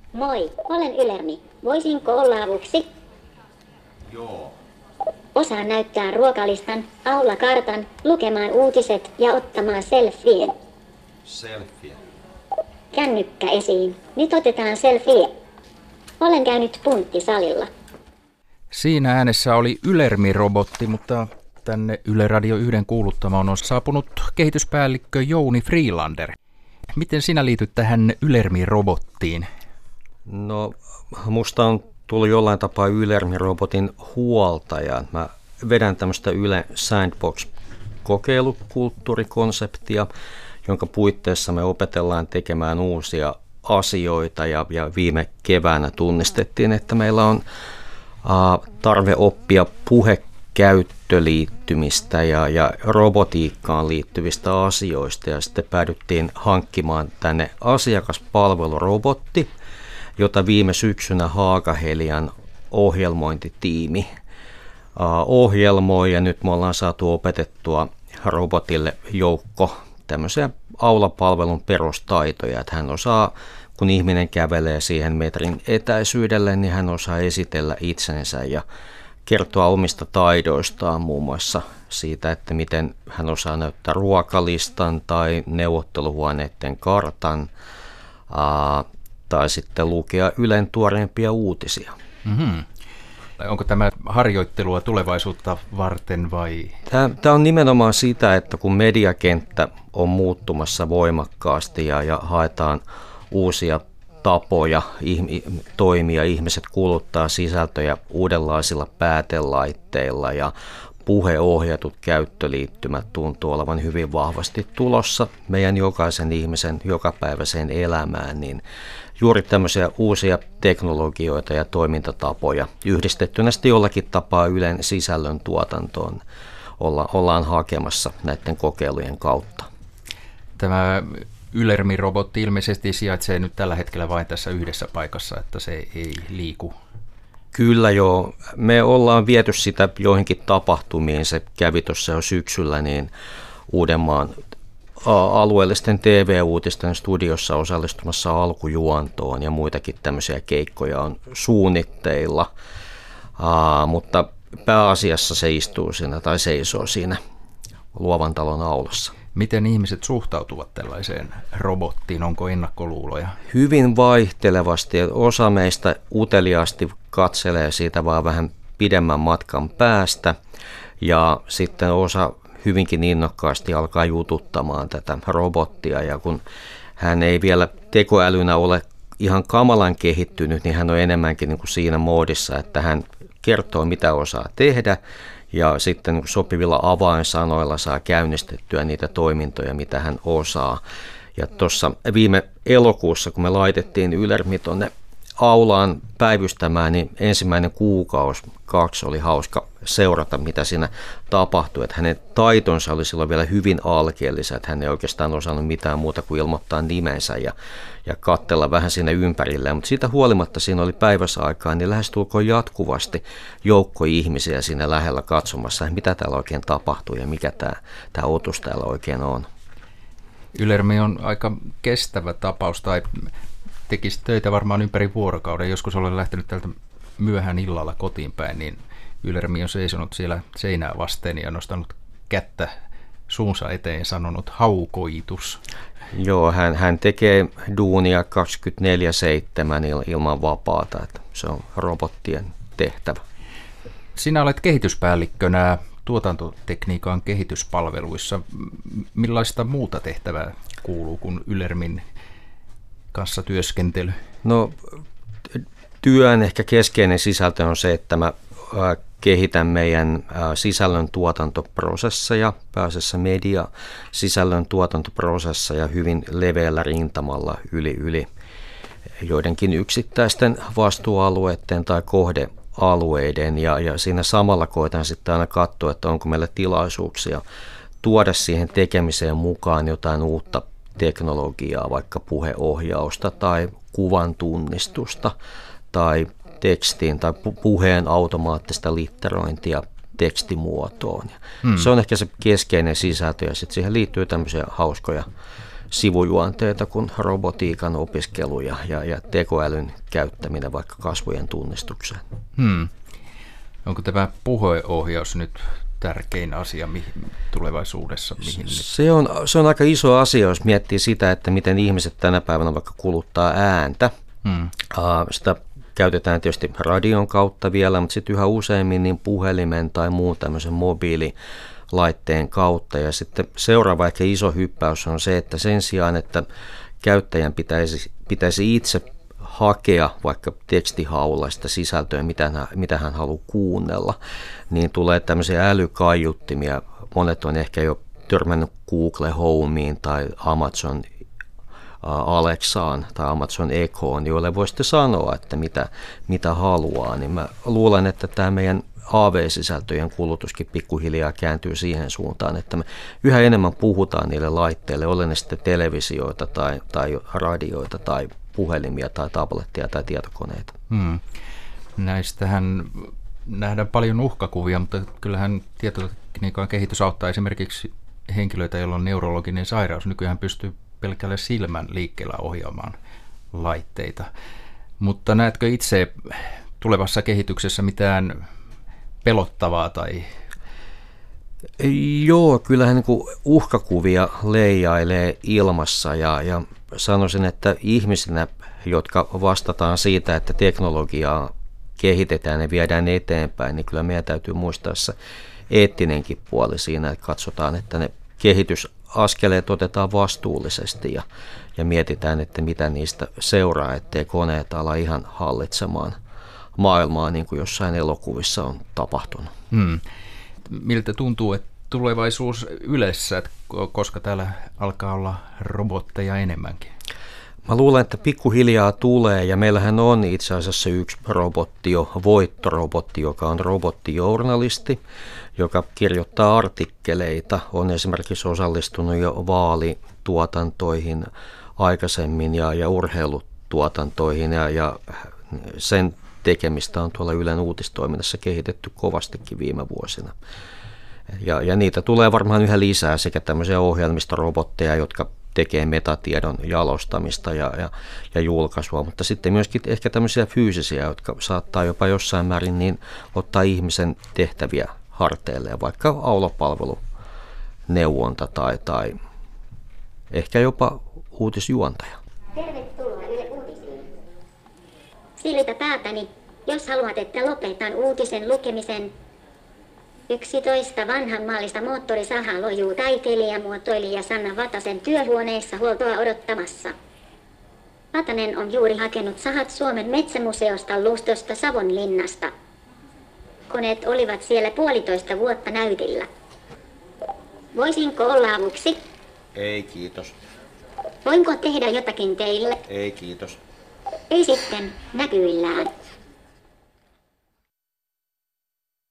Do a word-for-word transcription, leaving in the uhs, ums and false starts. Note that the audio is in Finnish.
Moi, olen Ylermi. Voisinko olla avuksi? Joo. Osaan näyttää ruokalistan, aulakartan, lukemaan uutiset ja ottamaan selfien. Selfie. Kännykkä esiin. Nyt otetaan selfie. Olen käynyt punttisalilla. Siinä äänessä oli Ylermi-robotti, mutta tänne Yle Radio yhden kuuluttamaan on saapunut kehityspäällikkö Jouni Freelander. Miten sinä liityt tähän Ylermi-robottiin? No, musta on tullut jollain tapaa Ylermi-robotin huoltaja. Mä vedän tämmöistä Yle Sandbox-kokeilukulttuurikonseptia, jonka puitteissa me opetellaan tekemään uusia asioita ja, ja viime keväänä tunnistettiin, että meillä on uh, tarve oppia puhekäyttöliittymistä ja, ja robotiikkaan liittyvistä asioista ja sitten päädyttiin hankkimaan tänne asiakaspalvelurobotti, jota viime syksynä Haakahelian ohjelmointitiimi uh, ohjelmoi ja nyt me ollaan saatu opetettua robotille joukko tämmöisiä aulapalvelun perustaitoja, että hän osaa, kun ihminen kävelee siihen metrin etäisyydelle, niin hän osaa esitellä itsensä ja kertoa omista taidoistaan, muun muassa siitä, että miten hän osaa näyttää ruokalistan tai neuvotteluhuoneiden kartan ää, tai sitten lukea Ylen tuoreimpia uutisia. Mm-hmm. Onko tämä harjoittelua tulevaisuutta varten vai? Tämä, tämä on nimenomaan sitä, että kun mediakenttä on muuttumassa voimakkaasti ja, ja haetaan uusia tapoja ihmi, toimia, ihmiset kuluttaa sisältöjä uudenlaisilla päätelaitteilla ja puheohjatut käyttöliittymät tuntuu olevan hyvin vahvasti tulossa meidän jokaisen ihmisen jokapäiväiseen elämään, niin juuri tämmöisiä uusia teknologioita ja toimintatapoja yhdistettynä sitten jollakin tapaa Ylen sisällön tuotantoon olla, ollaan hakemassa näiden kokeilujen kautta. Tämä Ylermi-robotti ilmeisesti sijaitsee nyt tällä hetkellä vain tässä yhdessä paikassa, että se ei liiku. Kyllä joo. Me ollaan viety sitä joihinkin tapahtumiin. Se kävi tuossa jo syksyllä niin Uudenmaan alueellisten T V-uutisten studiossa osallistumassa alkujuontoon ja muitakin tämmöisiä keikkoja on suunnitteilla, Aa, mutta pääasiassa se istuu siinä tai seisoo siinä Luovan talon aulassa. Miten ihmiset suhtautuvat tällaiseen robottiin? Onko ennakkoluuloja? Hyvin vaihtelevasti. Osa meistä uteliaasti katselee siitä vaan vähän pidemmän matkan päästä ja sitten osa hyvinkin innokkaasti alkaa jututtamaan tätä robottia ja kun hän ei vielä tekoälynä ole ihan kamalan kehittynyt, niin hän on enemmänkin niin kuin siinä moodissa, että hän kertoo mitä osaa tehdä ja sitten sopivilla avainsanoilla saa käynnistettyä niitä toimintoja, mitä hän osaa. Ja tuossa viime elokuussa, kun me laitettiin Ylermi tuonne aulaan päivystämään, niin ensimmäinen kuukausi, kaksi oli hauska seurata, mitä siinä tapahtui. Että hänen taitonsa oli silloin vielä hyvin alkeellisia, että hän ei oikeastaan osannut mitään muuta kuin ilmoittaa nimensä ja, ja katsella vähän siinä ympärillä. Mutta siitä huolimatta siinä oli päivässä aikaa, niin lähestulkoon jatkuvasti joukko ihmisiä siinä lähellä katsomassa, mitä täällä oikein tapahtuu ja mikä tämä, tämä otus täällä oikein on. Ylermi on aika kestävä tapaus tai tekisi töitä varmaan ympäri vuorokauden. Joskus olen lähtenyt täältä myöhään illalla kotiin päin, niin Ylermi on seisonut siellä seinää vasten ja nostanut kättä suunsa eteen ja sanonut haukoitus. Joo, hän, hän tekee duunia kaksikymmentäneljä seitsemän ilman vapaata, että se on robottien tehtävä. Sinä olet kehityspäällikkönä tuotantotekniikan kehityspalveluissa. Millaista muuta tehtävää kuuluu kuin Ylermin kanssa työskentely? No, työn ehkä keskeinen sisältö on se, että mä kehitän meidän sisällön tuotantoprosesseja, pääasiassa media sisällön tuotantoprosesseja hyvin leveällä rintamalla yli yli joidenkin yksittäisten vastuualueiden tai kohdealueiden ja, ja siinä samalla koitan sitten aina katsoa, että onko meillä tilaisuuksia tuoda siihen tekemiseen mukaan jotain uutta teknologiaa, vaikka puheohjausta tai kuvan tunnistusta tai tekstiin tai puheen automaattista litterointia tekstimuotoon. Hmm. Se on ehkä se keskeinen sisältö ja sitten siihen liittyy tämmöisiä hauskoja sivujuonteita kuin robotiikan opiskelu ja, ja, ja tekoälyn käyttäminen vaikka kasvojen tunnistukseen. Hmm. Onko tämä puheohjaus nyt tärkein asia mihin tulevaisuudessa? Mihin se, on, se on aika iso asia, jos miettii sitä, että miten ihmiset tänä päivänä vaikka kuluttaa ääntä. Hmm. Sitä käytetään tietysti radion kautta vielä, mutta sitten yhä useammin niin puhelimen tai muun tämmöisen mobiililaitteen kautta. Ja sitten seuraava ehkä iso hyppäys on se, että sen sijaan, että käyttäjän pitäisi, pitäisi itse hakea vaikka tekstihaulla sitä sisältöä, mitä hän, mitä hän haluaa kuunnella, niin tulee tämmöisiä älykaiuttimia. Monet on ehkä jo törmännyt Google Homeen tai Amazon Alexaan tai Amazon Echoon, joille voi sitten sanoa, että mitä, mitä haluaa. Niin mä luulen, että tämä meidän A V-sisältöjen kulutuskin pikkuhiljaa kääntyy siihen suuntaan, että me yhä enemmän puhutaan niille laitteille, ole ne sitten televisioita tai, tai radioita tai puhelimia tai tabletteja tai tietokoneita. Hmm. Näistähän nähdään paljon uhkakuvia, mutta kyllähän tietotekniikan kehitys auttaa esimerkiksi henkilöitä, joilla on neurologinen sairaus. Nykyään pystyy pelkällä silmän liikkeellä ohjaamaan laitteita. Mutta näetkö itse tulevassa kehityksessä mitään pelottavaa tai... Joo, kyllähän niin kuin uhkakuvia leijailee ilmassa ja, ja sanoisin, että ihmisinä, jotka vastataan siitä, että teknologiaa kehitetään ja viedään eteenpäin, niin kyllä meidän täytyy muistaa se eettinenkin puoli siinä, että katsotaan, että ne kehitysaskeleet otetaan vastuullisesti ja, ja mietitään, että mitä niistä seuraa, ettei koneet ala ihan hallitsemaan maailmaa niin kuin jossain elokuvissa on tapahtunut. Hmm. Miltä tuntuu, että tulevaisuus yleensä, että koska täällä alkaa olla robotteja enemmänkin? Mä luulen, että pikkuhiljaa tulee, ja meillähän on itse asiassa yksi robotti jo, voittorobotti, joka on robottijournalisti, joka kirjoittaa artikkeleita, on esimerkiksi osallistunut jo vaalituotantoihin aikaisemmin ja, ja urheilutuotantoihin, ja, ja sen tekemistä on tuolla Ylen uutistoiminnassa kehitetty kovastikin viime vuosina. Ja, ja niitä tulee varmaan yhä lisää sekä tämmöisiä ohjelmistorobotteja, jotka tekee metatiedon jalostamista ja, ja, ja julkaisua, mutta sitten myöskin ehkä tämmöisiä fyysisiä, jotka saattaa jopa jossain määrin niin ottaa ihmisen tehtäviä harteille, vaikka aulapalveluneuvonta tai, tai ehkä jopa uutisjuontaja. Tervetuloa Yle Uutisiin. Siltä päätäni, jos haluat, että lopetan uutisen lukemisen. yksitoista vanhanmaallista moottorisahaa lojuu taiteilijamuotoilija Sanna Vatasen työhuoneessa huoltoa odottamassa. Vatanen on juuri hakenut sahat Suomen metsämuseosta Lustosta Savonlinnasta. Koneet olivat siellä puolitoista vuotta näytillä. Voisinko olla avuksi? Ei, kiitos. Voinko tehdä jotakin teille? Ei, kiitos. Ei sitten, näkyillään.